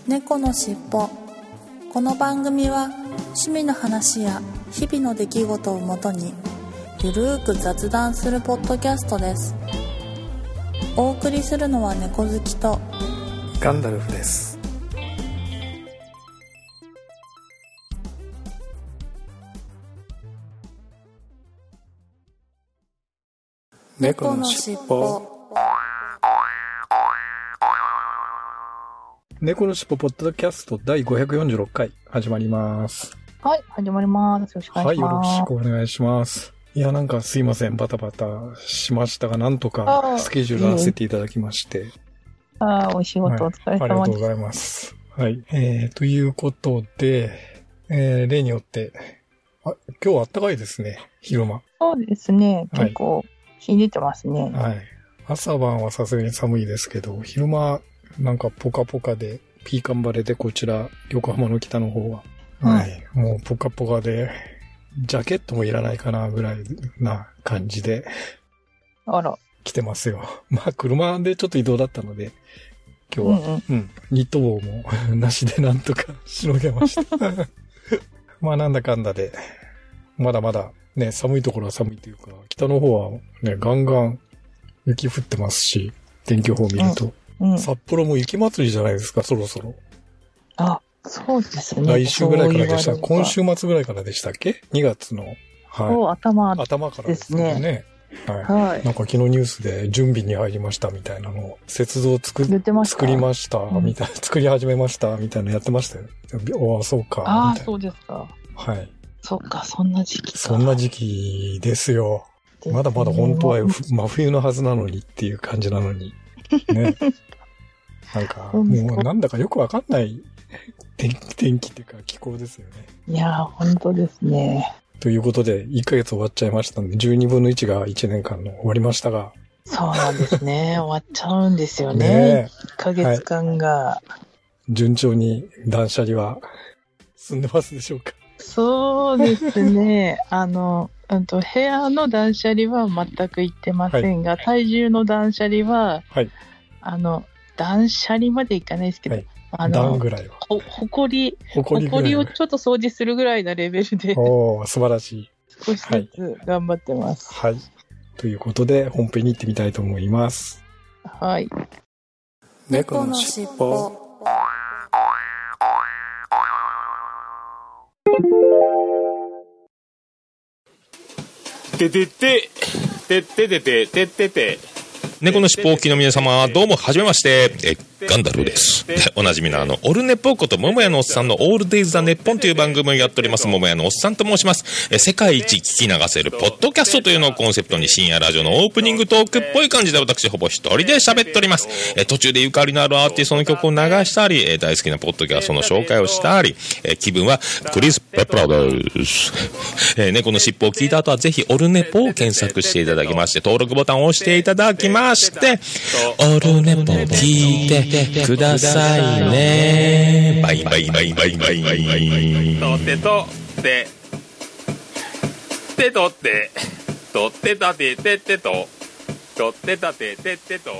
猫のしっぽ。この番組は趣味の話や日々の出来事をもとにゆるーく雑談するポッドキャストです。お送りするのは猫好きとガンダルフです。 猫のしっぽ。 猫のしっぽポッドキャスト第546回始まります。 はい、始まります。よろしくお願いします。 はい、よろしくお願いします。いや、なんかすいません、バタバタしましたが、なんとかスケジュール合わせていただきまして。 お仕事お疲れ様です、 はい。ありがとうございます。はい。ということで、例によって、今日は暖かいですね、昼間。 そうですね、結構、日出てますね。 はい。朝晩はさすがに寒いですけど、昼間、なんかポカポカで、ピーカン晴れでこちら、横浜の北の方は。はい。もうポカポカで、ジャケットもいらないかなぐらいな感じで。 あら。 来てますよ。まあ、車でちょっと移動だったので、今日は、ニット帽もなしでなんとかしのげました。まあ、なんだかんだで、まだまだね、寒いところは寒いというか、北の方はね、ガンガン雪降ってますし、天気予報見ると。札幌も雪祭りじゃないですか、そろそろ。 あ、そうですね。 来週ぐらいからでした。今週末ぐらいからでしたっけ ?2 月の。 はい。 頭からですね。はい。なんか昨日ニュースで準備に入りましたみたいなのを、雪像作りました、みたいな、作り始めました、みたいなのやってましたよ。ああ、そうか。 ああ、そうですか。 はい。 そっか、そんな時期か。 そんな時期ですよ。まだまだ本当は真冬のはずなのにっていう感じなのに。ね。なんか、もうなんだかよくわかんない天気っていうか気候ですよね。 いやー、本当ですね。 ということで、1ヶ月終わっちゃいましたので、12分の1が1年間の終わりましたが。 そうなんですね。終わっちゃうんですよね。1ヶ月間が、はい。 順調に断捨離は進んでますでしょうか？ そうですね。部屋の断捨離は全く行ってませんが、はい、体重の断捨離は、はい、断捨離までいかないですけど、はい、 段ぐらいは。 ほこりをちょっと掃除するぐらいなレベルで。 おー、素晴らしい。 少しずつ頑張ってます。 はい。ということで、本編に行ってみたいと思います。 はい。 猫のしっぽ。 ててて、てててて、ててて。 猫のしっぽお聞きの皆様、どうもはじめまして、ガンダルーです。おなじみのオルネポこと桃屋のおっさんのオールデイズ・ザ・ネッポンという番組をやっております桃屋のおっさんと申します。世界一聞き流せるポッドキャストというのをコンセプトに深夜ラジオのオープニングトークっぽい感じで私ほぼ一人で喋っております。途中でゆかりのあるアーティストの曲を流したり、大好きなポッドキャストの紹介をしたり、気分はクリス・ペプラです。猫のしっぽを聞いた後はぜひオルネポを検索していただきまして、登録ボタンを押していただきまして、オルネポ聞いてくださいね。バイバイバイバイバイバイ。 とってとっててとってとってたててってととってたててってと。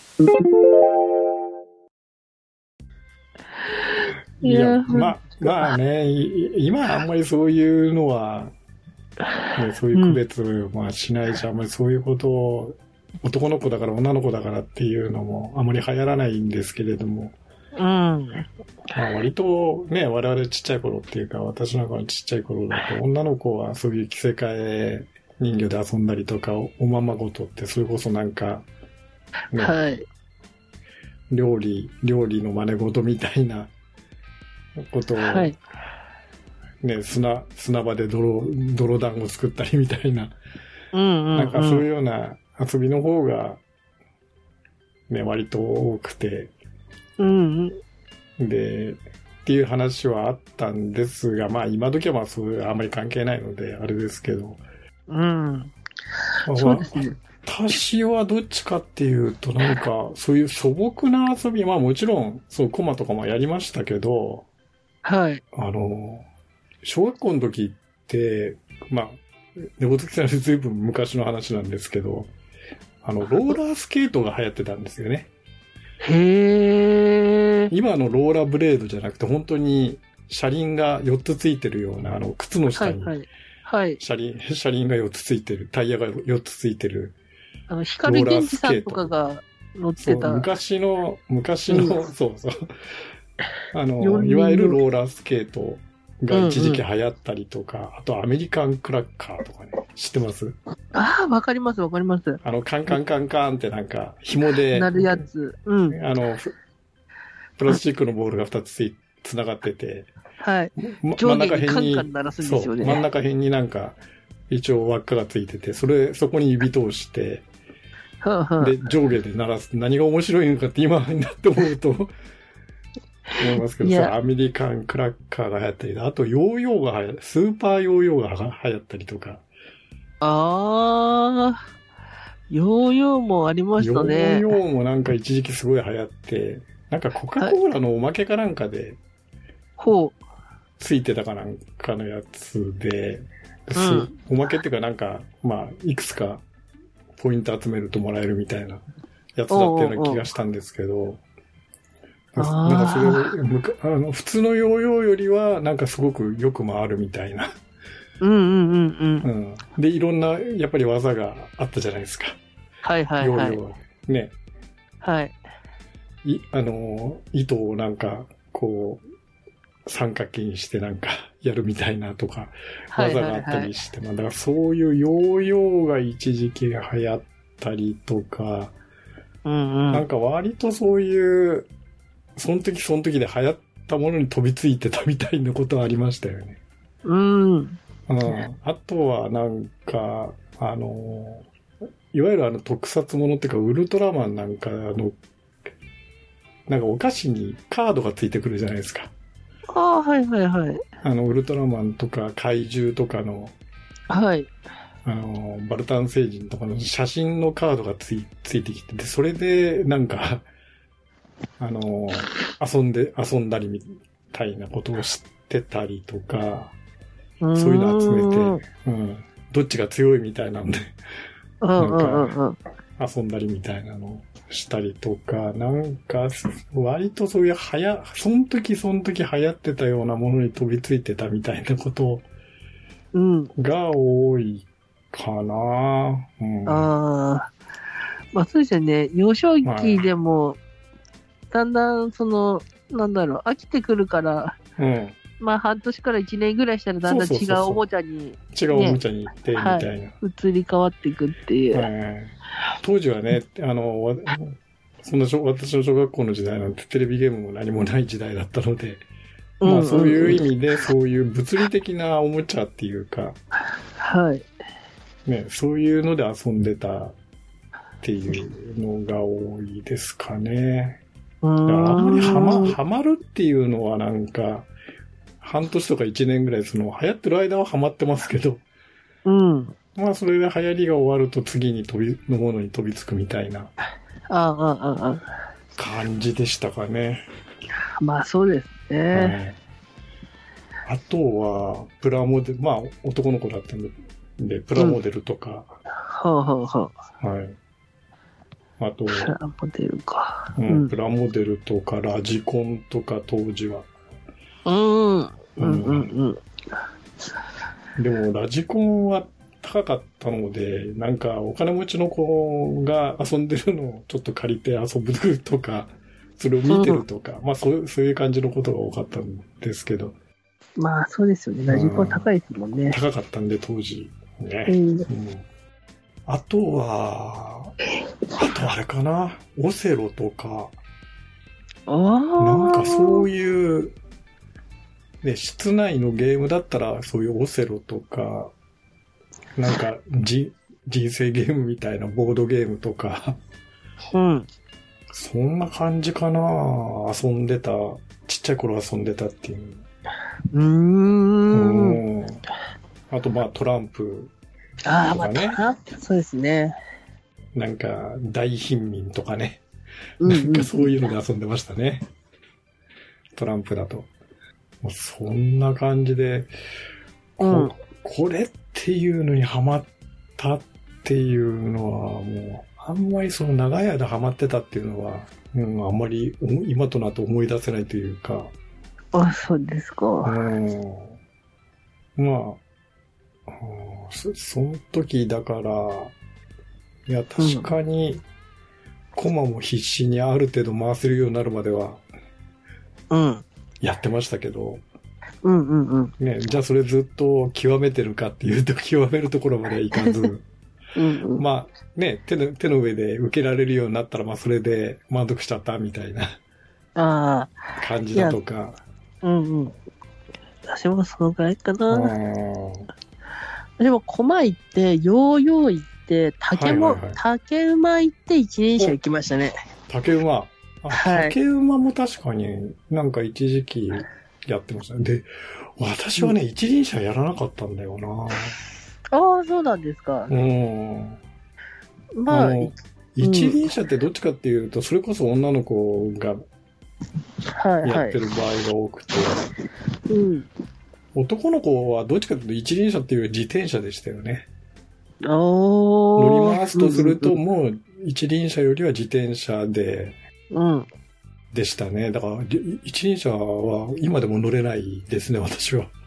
いや、まあね、今あんまりそういうのは、ね、そういう区別はしないし、あんまりそういうことを男の子だから女の子だからっていうのもあまり流行らないんですけれども、まあ、割とね、我々ちっちゃい頃っていうか、私なんかのちっちゃい頃だと女の子はそういう着せ替え人形で遊んだりとか、おままごとってそれこそなんか、ね、はい、料理の真似事みたいなことを、はい、ね、砂場で泥団子作ったりみたいな、なんかそういうような遊びの方が、ね、割と多くて、で、っていう話はあったんですが、まあ今時はまあそういうあんまり関係ないので、あれですけど。そうですね。私はどっちかっていうと、なんか、そういう素朴な遊び、まあもちろん、そう、コマとかもやりましたけど、はい。小学校の時って、まあ、猫好きさんずいぶん昔の話なんですけど、ローラースケートが流行ってたんですよね。 へ今のローラーブレードじゃなくて、本当に車輪が4つついてるような、靴の下に、車輪が4つついてる、タイヤが4つついてる。 光源氏さんとかが乗ってた。 昔の、そうそう。いわゆるローラースケートが一時期流行ったりとか、あとアメリカンクラッカーとかね、知ってます？ ああ、わかります。 カンカンカンカンってなんか、紐で、 なるやつ。うん。 プラスチックのボールが2つつながってて、 はい。 真ん中辺に、 カンカン鳴らすんですよね。 真ん中辺になんか、一応輪っかがついてて、そこに指通して、で、上下で鳴らす。何が面白いのかって今になって思うと、思いますけど、アメリカンクラッカーが流行ったり、あとヨーヨーが流行った、スーパーヨーヨーが流行ったりとか。 ヨーヨーもありましたね。 ヨーヨーもなんか一時期すごい流行って、なんかコカ・コーラのおまけかなんかで、ついてたかなんかのやつで、おまけっていうかなんか、いくつかポイント集めるともらえるみたいなやつだったような気がしたんですけど、なんかそれを、普通のヨーヨーよりはなんかすごくよく回るみたいな。で、いろんな、やっぱり技があったじゃないですか。 ヨーヨーね。 はい。 糸をなんか、三角形にしてなんかやるみたいなとか、技があったりして、だからそういうヨーヨーが一時期流行ったりとか、なんか割とそういう、その時で流行ったものに飛びついてたみたいなことはありましたよね。あとはなんか、いわゆる特撮ものっていうか、ウルトラマンなんかなんかお菓子にカードがついてくるじゃないですか。ウルトラマンとか怪獣とかの、バルタン星人とかの写真のカードがついてきてて、それでなんか、遊んだりみたいなことを知ってたりとか、そういうの集めて、どっちが強いみたいなんで、なんか、遊んだりみたいなのをしたりとか、なんか、割とそういうその時流行ってたようなものに飛びついてたみたいなことが多いかな。 そうですよね。幼少期でも、だんだん、飽きてくるから、半年から1年ぐらいしたらだんだん違うおもちゃに、 違うおもちゃに行って、みたいな。 移り変わっていくっていう。 当時はね、そんな私の小学校の時代なんてテレビゲームも何もない時代だったので、そういう意味で、そういう物理的なおもちゃっていうか、そういうので遊んでたっていうのが多いですかね。あんまりハマるっていうのはなんか、半年とか1年ぐらい流行ってる間はハマってますけど、それで流行りが終わると次のものに飛びつくみたいな感じでしたかね。 そうですね。 あとは、プラモデル、男の子だったんで、プラモデルとか。あと、 プラモデルか。 プラモデルとか、ラジコンとか、当時は。でも、ラジコンは高かったので、なんか、お金持ちの子が遊んでるのをちょっと借りて遊ぶとか、それを見てるとか、そういう感じのことが多かったんですけど。 そうですよね。ラジコン高いですもんね。 高かったんで、当時。ね。あとはあれかな、オセロとか、なんかそういう、室内のゲームだったらそういうオセロとか、なんか人生ゲームみたいなボードゲームとか、そんな感じかな、ちっちゃい頃遊んでたっていう。あとトランプとかね。 そうですね。 なんか大貧民とかね。なんかそういうので遊んでましたね。トランプだと。そんな感じで、これっていうのにハマったっていうのはもう、あんまり長い間ハマってたっていうのはうん、あんまり今となって思い出せないというか。 あ、そうですか。 まあ、その時だから、いや、確かに、コマも必死にある程度回せるようになるまでは、やってましたけど、ね、じゃあそれずっと極めてるかっていうと、極めるところまではいかず、まあ、ね、手の上で受けられるようになったら、まあそれで満足しちゃったみたいな感じだとか。 私もそのぐらいかな。でも、狛江行って、ヨーヨー行って、竹馬行って一輪車行きましたね。 竹馬。竹馬も確かになんか一時期やってましたね。で、私はね、一輪車やらなかったんだよな。 ああ、そうなんですか。 まあ、一輪車ってどっちかっていうと、それこそ女の子がやってる場合が多くて、男の子はどっちかっていうと一輪車っていうより自転車でしたよね。乗り回すとすると、もう一輪車よりは自転車でしたね。だから、一輪車は今でも乗れないですね、私は。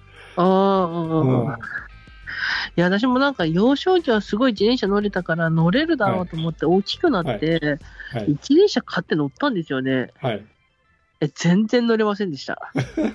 いや、私もなんか幼少期はすごい自転車乗れたから乗れるだろうと思って大きくなって、一輪車買って乗ったんですよね。全然乗れませんでした。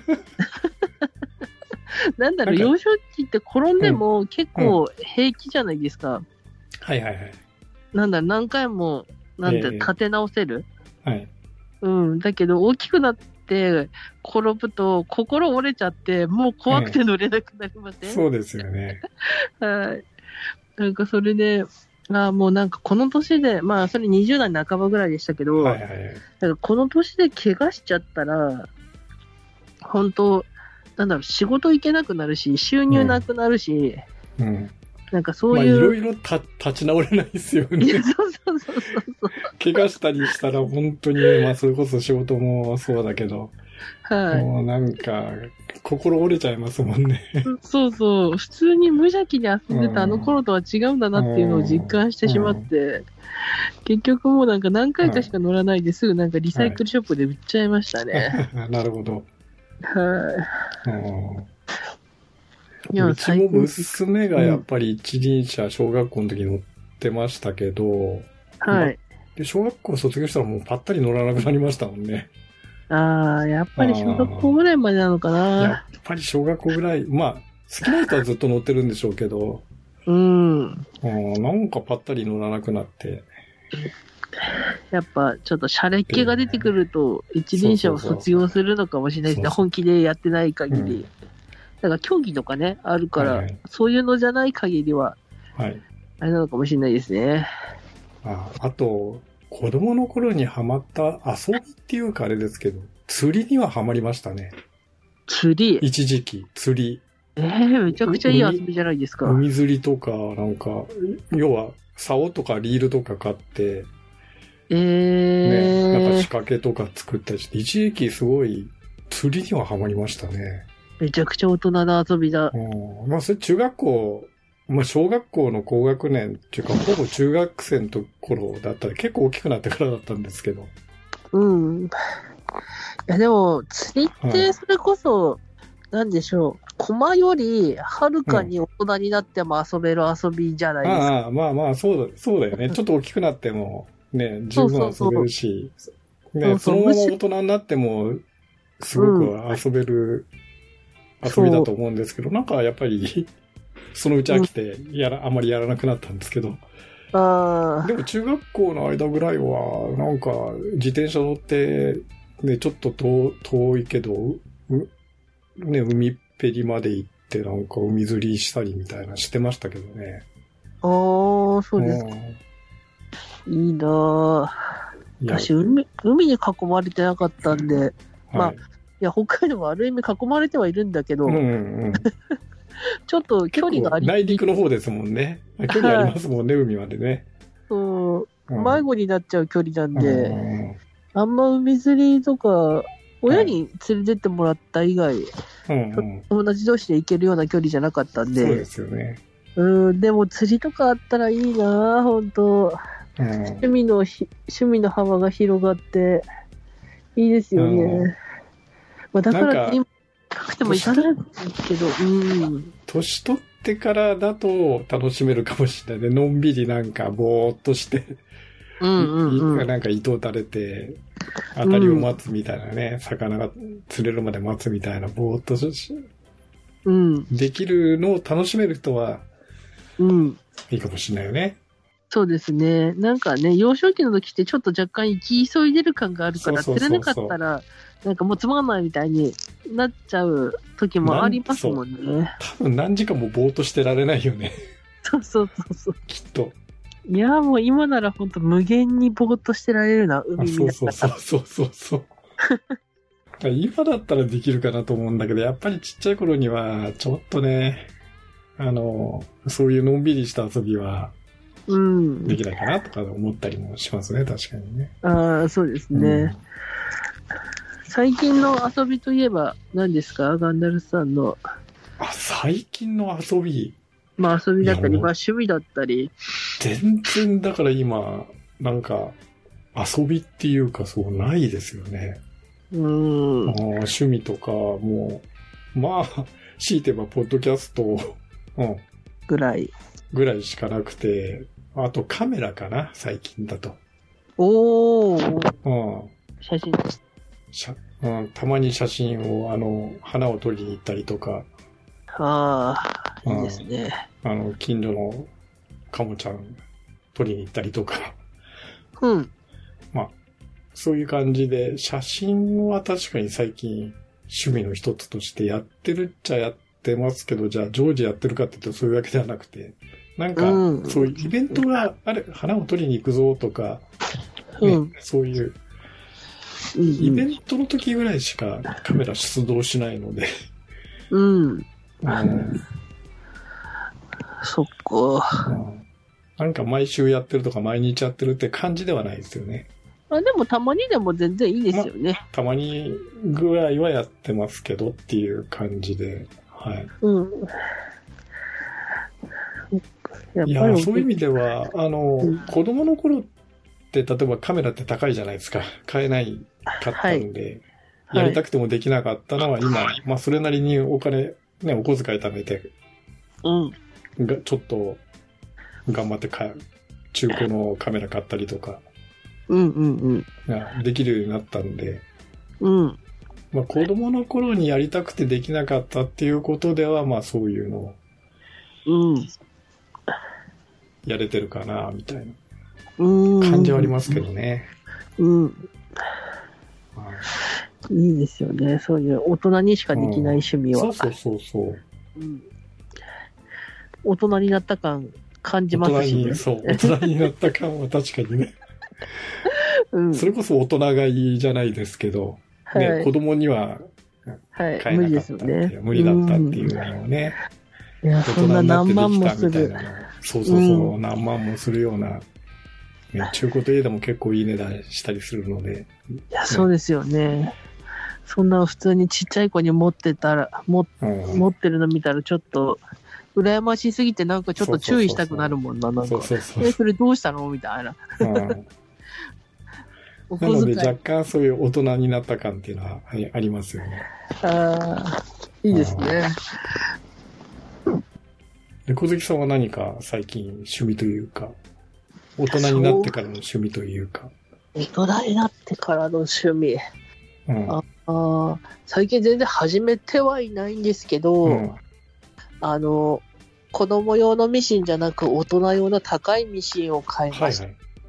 なんだろう、幼少期って転んでも結構平気じゃないですか。なんだろう、何回も、立て直せる。だけど大きくなって転ぶと心折れちゃって、もう怖くて乗れなくなりません？ そうですよね。 なんかそれで、もうなんかこの年で、まあそれ20代半ばぐらいでしたけど、なんかこの年で怪我しちゃったら、本当なんだろう、仕事行けなくなるし、収入なくなるし、なんかそういう。 いろいろ立ち直れないですよね。 そう。 怪我したりしたら本当に、まあそれこそ仕事もそうだけど、もうなんか、心折れちゃいますもんね。 そう。普通に無邪気に遊んでたあの頃とは違うんだなっていうのを実感してしまって、結局もうなんか何回かしか乗らないですぐなんかリサイクルショップで売っちゃいましたね。 なるほど。うちも娘がやっぱり一輪車小学校の時乗ってましたけど、で小学校卒業したらもうぱったり乗らなくなりましたもんね。 やっぱり小学校ぐらいまでなのかな。 やっぱり小学校ぐらい、まあ好きな人はずっと乗ってるんでしょうけど、なんかぱったり乗らなくなって。 やっぱちょっとシャレっ気が出てくると一輪車を卒業するのかもしれないですね。本気でやってない限り。だから競技とかね、あるから、そういうのじゃない限りは、あれなのかもしれないですね。 あと、子供の頃にハマった遊びっていうかあれですけど、釣りにはハマりましたね。 釣り？ 一時期、釣り。 めちゃくちゃいい遊びじゃないですか。 海釣りとか、なんか、要は、竿とかリールとか買って、なんか仕掛けとか作ったりして、一時期すごい釣りにはハマりましたね。 めちゃくちゃ大人な遊びだ。 まあそれ中学校、まあ小学校の高学年っていうか、ほぼ中学生の頃だったら結構大きくなってからだったんですけど。 いやでも、釣りってそれこそ、なんでしょう、駒よりはるかに大人になっても遊べる遊びじゃないですか。 まあそうだよね。ちょっと大きくなっても、ね、十分遊べるし、ね、そのまま大人になっても、すごく遊べる遊びだと思うんですけど、なんかやっぱり、そのうち飽きて、あんまりやらなくなったんですけど。でも中学校の間ぐらいは、なんか自転車乗って、ね、ちょっと遠いけど、ね、海っぺりまで行って、なんか海釣りしたりみたいなしてましたけどね。 そうですか。いいなぁ。私、海に囲まれてなかったんで、まあ、いや、北海道はある意味囲まれてはいるんだけど、ちょっと距離があり内陸の方ですもんね。距離ありますもんね、海までね。 迷子になっちゃう距離なんで、あんま海釣りとか、親に連れてってもらった以外、友達同士で行けるような距離じゃなかったんで。 そうですよね。 でも釣りとかあったらいいなぁ、ほんと。 趣味の幅が広がっていいですよね。まあ、だから今高くてもいかないけど、 年取ってからだと楽しめるかもしれないね。のんびりなんかぼーっとして、なんか糸を垂れて当たりを待つみたいなね、魚が釣れるまで待つみたいなぼーっとできるのを楽しめる人は、いいかもしれないよね。 そうですね。なんかね、幼少期の時ってちょっと若干生き急いでる感があるから、釣れなかったら、なんかもうつまんないみたいになっちゃう時もありますもんね。 多分何時間もぼーっとしてられないよね。 そう。 きっと。 いや、もう今なら本当無限にぼーっとしてられるな、海見ながら。 そう。今だったらできるかなと思うんだけど、やっぱりちっちゃい頃には、ちょっとね、そういうのんびりした遊びは、できないかなとか思ったりもしますね、確かにね。 ああ、そうですね。最近の遊びといえば何ですか、ガンダルさんの。 最近の遊び。 まあ遊びだったり、まあ趣味だったり。 全然だから今、なんか、遊びっていうかそうないですよね。趣味とか、もう、まあ、強いてばポッドキャスト、ぐらいしかなくて、あとカメラかな、最近だと。写真。たまに写真を、花を撮りに行ったりとか。 いいですね。 近所のカモちゃん撮りに行ったりとか。まあ、そういう感じで、写真は確かに最近趣味の一つとしてやってるっちゃやってますけど、じゃあ常時やってるかって言うとそういうわけではなくて、なんか、そういうイベントがある、花を撮りに行くぞとか、そういう、イベントの時ぐらいしかカメラ出動しないので。 そっか。 なんか毎週やってるとか毎日やってるって感じではないですよね。 でもたまにでも全然いいですよね。 たまにぐらいはやってますけどっていう感じで。はい。いや、そういう意味では、子供の頃って、例えばカメラって高いじゃないですか。買えないかったんで、やりたくてもできなかったのは今、まあそれなりにお金、ね、お小遣い貯めて、ちょっと頑張って中古のカメラ買ったりとか、できるようになったんで、まあ子供の頃にやりたくてできなかったっていうことでは、まあそういうのを、やれてるかな、みたいな感じはありますけどね。 いいですよね。そういう大人にしかできない趣味は。 そう。 大人になった感感じますしね。 大人になった感は確かにね。それこそ大人買いじゃないですけど、子供には買えなかったっていう、無理だったっていうのをね。 いや、そんな何万もする。 そう、何万もするような、中古といえども結構いい値段したりするので。 いや、そうですよね。そんな普通にちっちゃい子に持ってたら、持ってるの見たらちょっと、羨ましすぎてなんかちょっと注意したくなるもんな、なんか。それどうしたのみたいな。 なので若干そういう大人になった感っていうのはありますよね。 いいですね。 で、小関さんは何か最近趣味というか、大人になってからの趣味というか。 大人になってからの趣味。最近全然始めてはいないんですけど、子供用のミシンじゃなく大人用の高いミシンを買いました。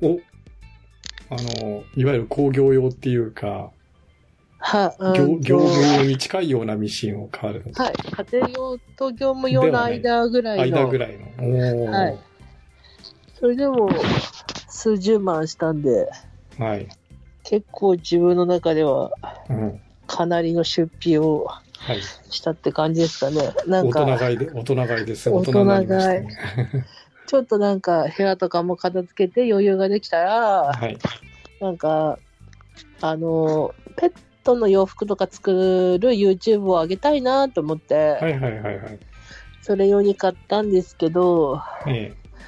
いわゆる工業用っていうか、業務用に近いようなミシンを買われた。 家庭用と業務用の間ぐらいの。それでも数十万したんで、結構自分の中ではかなりの出費をしたって感じですかね。なんか大人買いです。 大人買い。ちょっとなんか部屋とかも片付けて余裕ができたら、なんかペットの洋服とか作る YouTube を上げたいなと思って、それ用に買ったんですけど、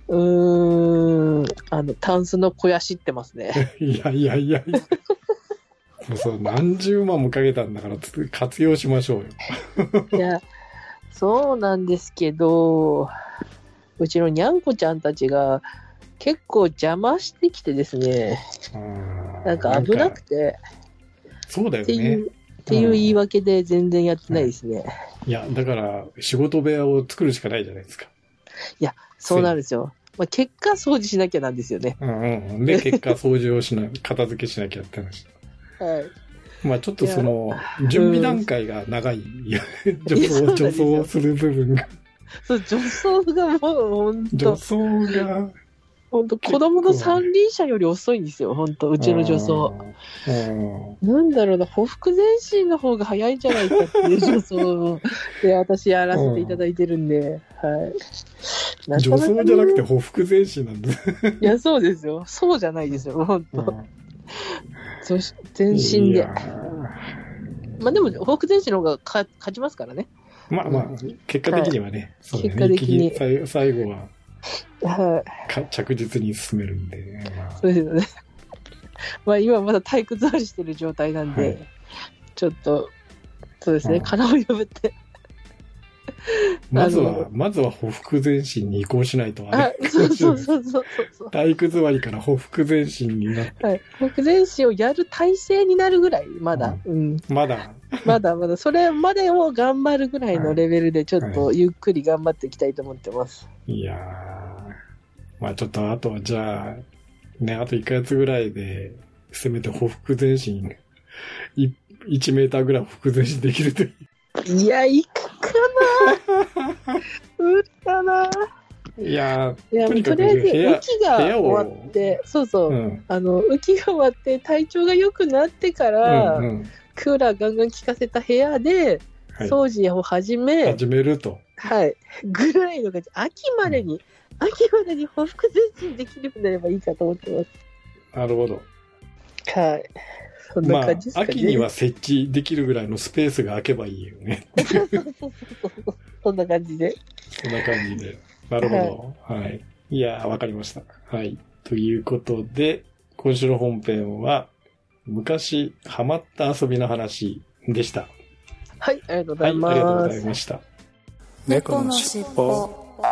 タンスの肥やしってますね。 いや。もうそう何十万もかけたんだから活用しましょうよ。 いや、そうなんですけど、うちのにゃんこちゃんたちが結構邪魔してきてですね、なんか危なくて、 そうだよね。 っていう言い訳で全然やってないですね。 いや、だから仕事部屋を作るしかないじゃないですか。 いや、そうなんですよ。まあ、結果掃除しなきゃなんですよね。 で、結果掃除を片付けしなきゃって話。 はい。 まあちょっとその、準備段階が長い。女装する部分が。 そう、女装がもう本当。 女装が。 本当子供の三輪車より遅いんですよ、本当うちの女装。なんだろうな、ほふ前進の方が早いんじゃないかっていう女装で私やらせていただいてるんで、はい。 女装じゃなくてほふ前進なんです。 いや、そうですよ。そうじゃないですよ、本当。全身で。まあでも、ほふ前進の方が勝ちますからね。 まあ、結果的にはね。 はい、結果的に。 最後は。 はい、 着実に進めるんで、 そうですよね。まあ今まだ体育座りしてる状態なんで、はい、ちょっとそうですね、殻を破ってまずはほふ前進に移行しないとそう体育座りからほふ前進になって、 はい、ほふ前進をやる体制になるぐらいまだ、まだそれまでを頑張るぐらいのレベルでちょっとゆっくり頑張っていきたいと思ってます。 いやー、まあちょっとあとはじゃあね、あと1ヶ月ぐらいでせめてほふ前進1メーターぐらいほふ前進できるといい。 いや、いくかな無理かな。 いやとりあえず雨季が終わって、雨季が終わって体調が良くなってから、クーラーガンガン効かせた部屋で掃除を始めると、 はい、ぐらいの感じ。秋までにほふ前進できるようになればいいかと思ってます。 なるほど。 はい。そんな感じですかね。 秋には設置できるぐらいのスペースが空けばいいよね。 そんな感じで。 なるほど。はい。いやー、わかりました。はい。ということで、今週の本編は、昔ハマった遊びの話でした。 はい、ありがとうございます。 ありがとうございました。 猫のしっぽ。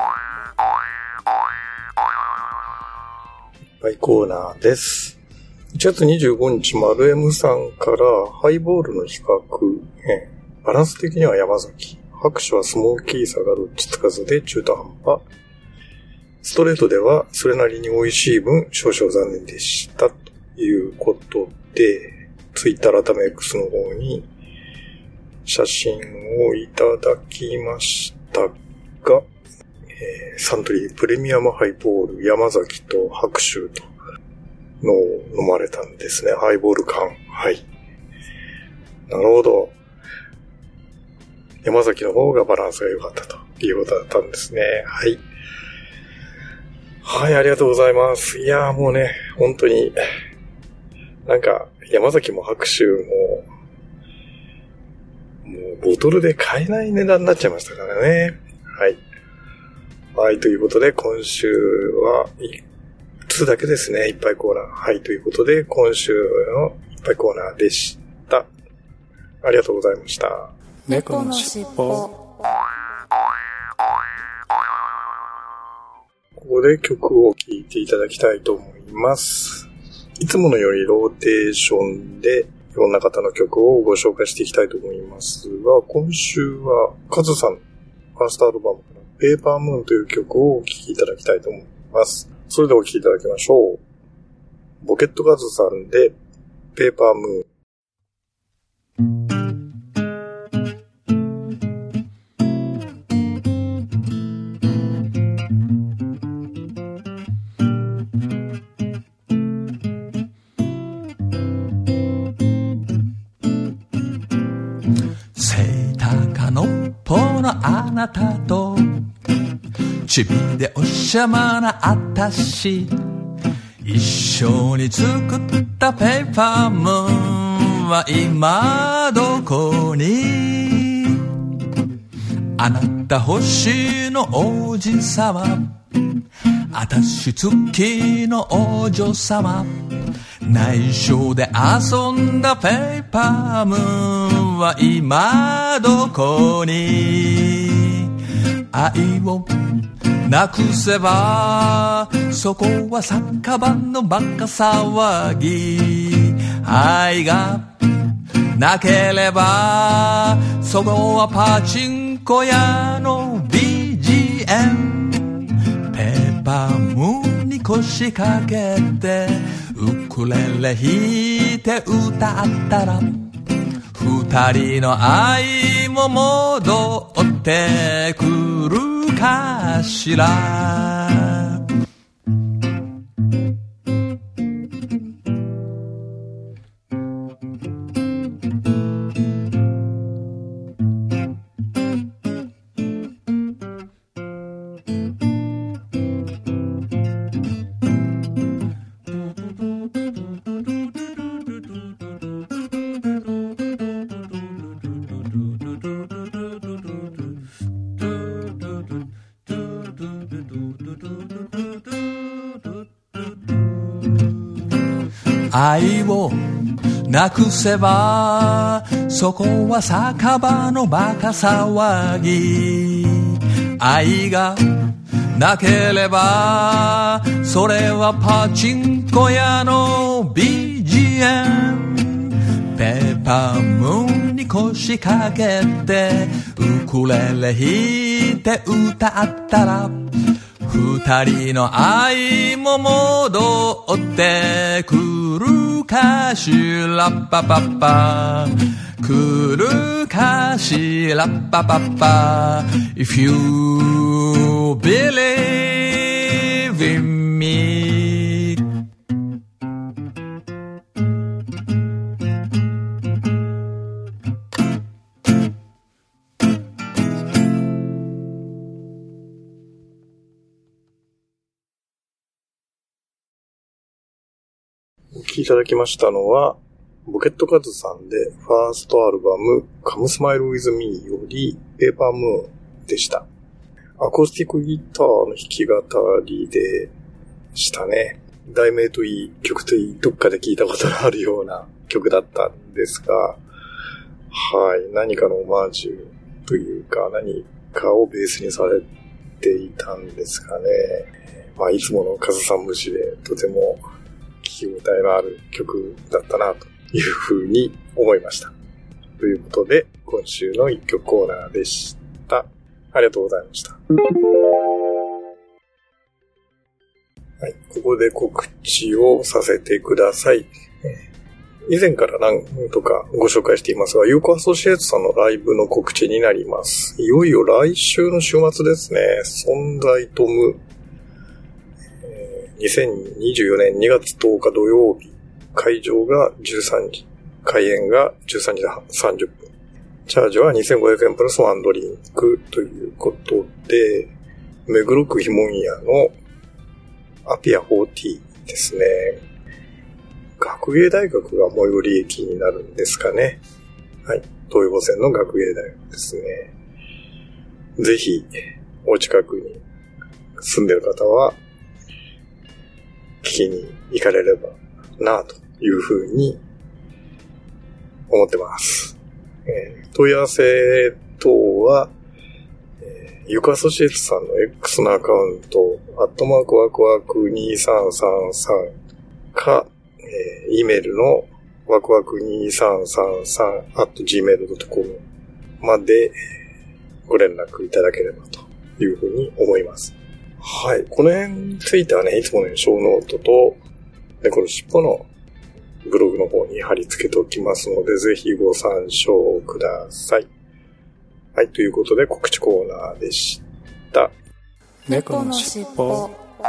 はい、コーナーです。1月25日、丸 M さんからハイボールの比較、バランス的には山崎、拍手はスモーキーさがどっちつかずで中途半端。ストレートではそれなりに美味しい分少々残念でしたということで、ツイッター改め X の方に写真をいただきましたが、サントリープレミアムハイボール山崎と白州とのを飲まれたんですね。ハイボール缶。はい。なるほど。山崎の方がバランスが良かったということだったんですね。はい。はい、ありがとうございます。いやーもうね、本当に、なんか山崎も白州も、もうボトルで買えない値段になっちゃいましたからね。はい。はい、ということで今週は1つだけですね。いっぱいコーナー。はい、ということで今週のいっぱいコーナーでした。ありがとうございました。 猫のしっぽ。 ここで曲を聴いていただきたいと思います。いつものよりローテーションでいろんな方の曲をご紹介していきたいと思いますが、今週はカズさんファーストアルバムからペーパームーンという曲をお聴きいただきたいと思います。それではお聴きいただきましょう。ボケットカズさんでペーパームーン。 あなたとちびでおしゃまなあたし、一緒に作ったペーパームーンは今どこに。あなた星の王子様、 あたし月のお嬢様内緒で遊んだペーパームーンは今どこに愛をなくせばそこは酒場のバカ騒ぎ愛がなければそこはパチンコ屋の BGM ペーパームーンに腰掛けてウクレレ弾いて歌ったら二人の愛も戻ってくるかしら愛をなくせばそこは酒場のバカ騒ぎ愛がなければそれはパチンコ屋の BGM ペーパームーンに腰掛けてウクレレ弾いて歌ったら二人の愛も戻ってくるかしらパパパ来るかしらパパパ If you believe in me お聴きいただきましたのは、ボケットカズさんでファーストアルバム Come Smile With Me よりペーパームーンでした。アコースティックギターの弾き語りでしたね。題名といい曲といいどっかで聞いたことのあるような曲だったんですが、はい、何かのオマージュというか何かをベースにされていたんですかね。まあいつものカズさん節でとても聞き応えのある曲だったなというふうに思いました。ということで、今週の一曲コーナーでした。ありがとうございました。はい、ここで告知をさせてください。以前から何とかご紹介していますが、ユーコアソシエイトさんのライブの告知になります。いよいよ来週の週末ですね。存在トム。2024年2月10日土曜日、会場が13時、開演が13時30分。チャージは2500円プラスワンドリンクということで、目黒区ひもんやのアピア40ですね。学芸大学が最寄り駅になるんですかね。はい。東横線の学芸大学ですね。ぜひ、お近くに住んでる方は、聞きに行かれればなというふうに思ってます。問い合わせ等は、ユカアソシエイトさんの X のアカウント、@wakwak2333か、E メールのwakwak2333@gmail.com までご連絡いただければというふうに思います。はい。この辺についてはね、いつもの小ノートと、この尻尾のブログの方に貼り付けておきますので、ぜひご参照ください。はい。ということで、告知コーナーでした。 猫の尻尾。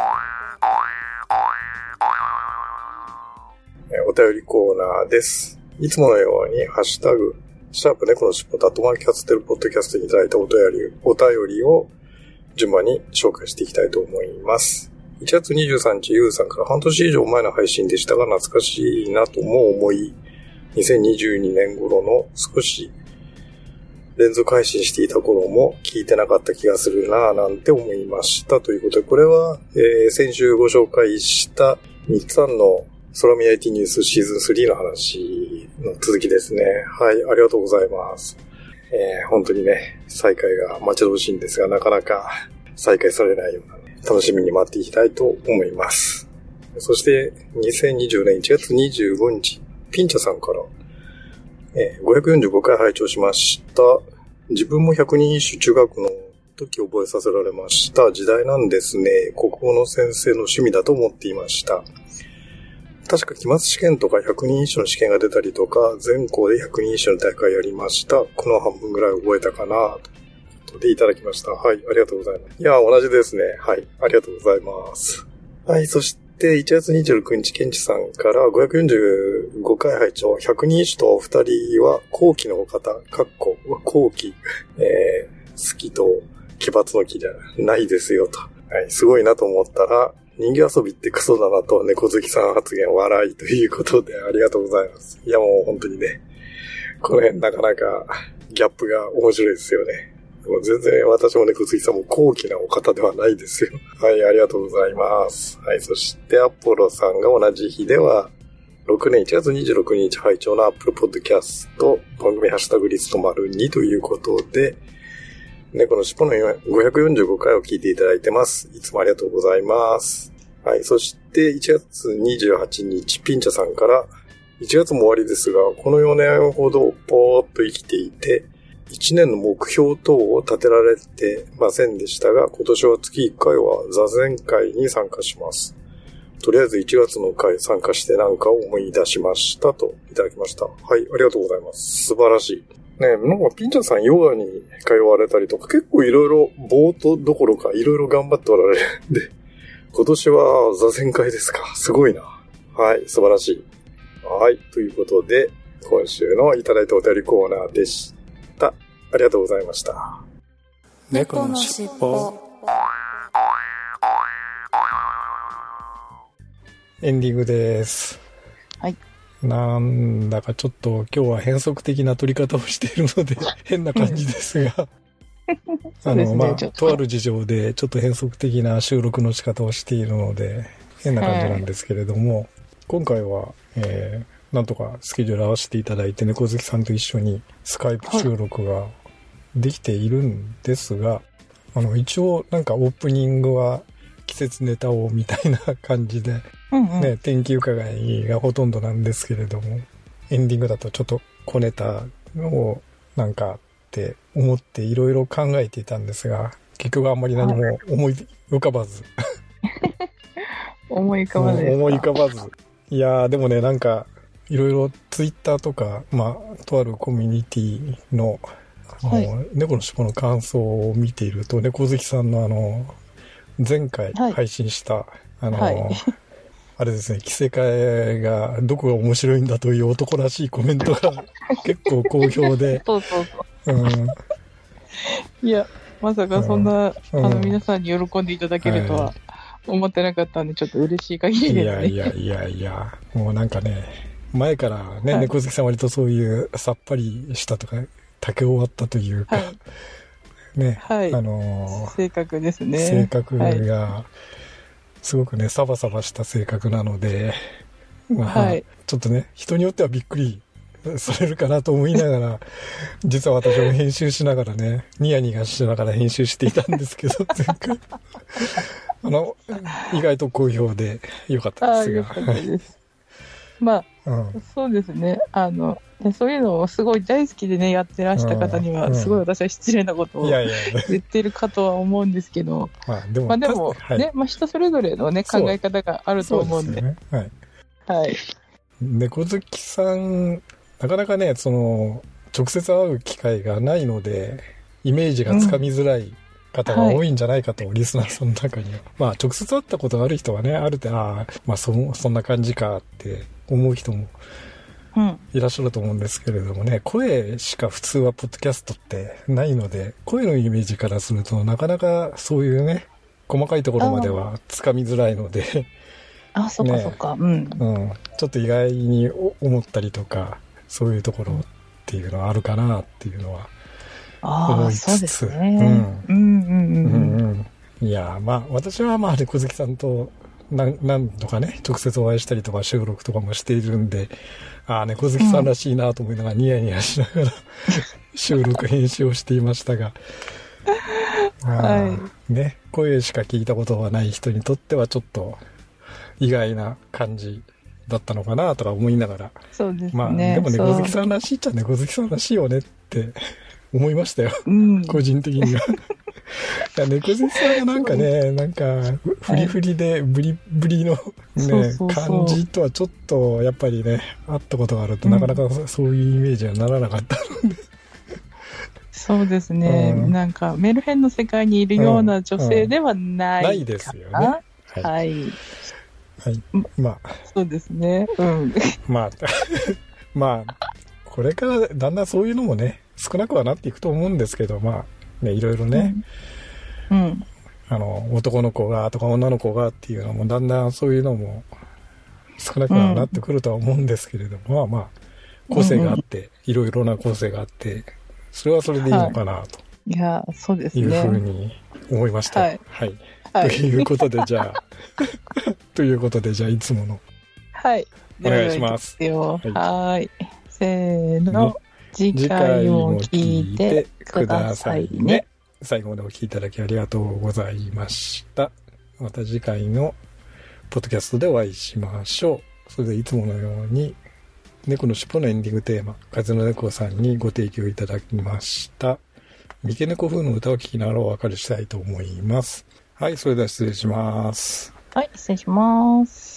お便りコーナーです。いつものように、ハッシュタグ、シャープ猫の尻尾と@キャステルポッドキャストにいただいたお便りを順番に紹介していきたいと思います。1月23日、ゆうさんから半年以上前の配信でしたが懐かしいなとも思い、2022年頃の少し連続配信していた頃も聞いてなかった気がするなぁなんて思いましたということで、これは、先週ご紹介したミッツさんの空見 IT ニュースシーズン3の話の続きですね。はい、ありがとうございます。本当にね、再開が待ち遠しいんですが、なかなか再開されないような、ね、楽しみに待っていきたいと思います。そして、2020年1月25日、ピンチャさんから、545回拝聴しました。自分も百人一首中学の時覚えさせられました時代なんですね。国語の先生の趣味だと思っていました。確か期末試験とか百人一首の試験が出たりとか、全校で百人一首の大会やりました。この半分ぐらい覚えたかなとでいただきました。はい、ありがとうございます。いや、同じですね。はい、ありがとうございます。はい、そして1月26日、ケンチさんから545回拝聴、百人一首とお二人は後期のお方、後期、好きと奇抜の木じゃないですよと。はい、すごいなと思ったら、人形遊びってクソだなと猫好きさん発言笑いということでありがとうございます。いやもう本当にね、この辺なかなかギャップが面白いですよね。もう全然私も猫好きさんも高貴なお方ではないですよ。はい、ありがとうございます。はい、そしてアポロさんが同じ日では、6年1月26日拝聴のアップルポッドキャスト番組ハッシュタグリスト+2ということで、猫の尻尾の545回を聞いていただいてます。いつもありがとうございます。はい、そして1月28日ピンチャさんから、1月も終わりですが、この4年ほどぽーっと生きていて、1年の目標等を立てられてませんでしたが、今年は月1回は座禅会に参加します。とりあえず1月の回参加してなんか思い出しましたといただきました。はい、ありがとうございます。素晴らしい。ね、なんかピンチャーさんヨガに通われたりとか結構いろいろボートどころかいろいろ頑張っておられるんで、今年は座禅会ですか。すごいな。はい、素晴らしい。はい、ということで今週のいただいたお便りコーナーでした。ありがとうございました。 猫のしっぽ。 エンディングです。 はい。 なんだかちょっと今日は変則的な撮り方をしているので変な感じですが、とある事情でちょっと変則的な収録の仕方をしているので変な感じなんですけれども、今回は、なんとかスケジュール合わせていただいて猫好きさんと一緒にスカイプ収録ができているんですが、一応なんかオープニングは季節ネタをみたいな感じで、ね、天気伺いがほとんどなんですけれども、エンディングだとちょっと小ネタをなんかって思っていろいろ考えていたんですが、結局あんまり何も思い浮かばず思い浮かばず思い浮かばず。いやーでもね、なんかいろいろツイッターとか、とあるコミュニティの、猫の尻尾の感想を見ていると、猫好きさんの前回配信した、あれですね、着せ替えがどこが面白いんだという男らしいコメントが結構好評で。 そう。いや、まさかそんな、皆さんに喜んでいただけるとは思ってなかったんで、ちょっと嬉しい限りですね。 いや、もうなんかね、前からね、猫好きさん割とそういうさっぱりしたとか、竹終わったというか、ね、 性格ですね。 性格が、すごくね、サバサバした性格なので、ちょっとね、人によってはびっくりされるかなと思いながら、実は私も編集しながらね、ニヤニヤしながら編集していたんですけど、前回。意外と好評でよかったですが。 よかったです。そうですね。そういうのをすごい大好きでね、やってらした方には、すごい私は失礼なことを言ってるかとは思うんですけど、でもね、人それぞれのね、考え方があると思うんで。 猫好きさん、なかなかね、直接会う機会がないので、イメージがつかみづらい方が多いんじゃないかと、リスナーさんの中には。直接会ったことがある人はね、ある程度、そんな感じかって思う人もいらっしゃると思うんですけれどもね、声しか普通はポッドキャストってないので、声のイメージからするとなかなかそういうね、細かいところまではつかみづらいので、 そうかそうか、 ちょっと意外に思ったりとか、そういうところっていうのはあるかなっていうのは思いつつ。いや、まあ、私はまあ、猫好きさんと何度かね、直接お会いしたりとか収録とかもしているんで、ああ、猫好きさんらしいなと思いながらニヤニヤしながら収録編集をしていましたが、ね、声しか聞いたことがない人にとってはちょっと意外な感じだったのかなとか思いながら。 そうですね。 まあ、でも猫好きさんらしいっちゃ猫好きさんらしいよねって思いましたよ。個人的には。いや、猫好きさんがなんかね、なんか、フリフリでブリブリのね、感じとはちょっと、やっぱりね、会ったことがあるとなかなかそういうイメージはならなかったので。 そうですね、なんかメルヘンの世界にいるような女性ではないかな、 ないですよね。 はい。 まあ。 そうですね。 まあ、これからだんだんそういうのもね、少なくはなっていくと思うんですけど、まあ、ね、いろいろね、男の子がとか女の子がっていうのもだんだんそういうのも少なくはなってくるとは思うんですけれども、まあ個性があって、いろいろな個性があってそれはそれでいいのかなと、 いや、そうですね、 いうふうに思いました。はい。ということでじゃあいつものお願いします。 はい。せーの。次回も聞いてくださいね。 最後までお聞きいただきありがとうございました。また次回のポッドキャストでお会いしましょう。それでいつものように猫のしっぽのエンディングテーマ、風の猫さんにご提供いただきました三毛猫風の歌を聴きながらお別れしたいと思います。はい、それでは失礼します。 はい、失礼します。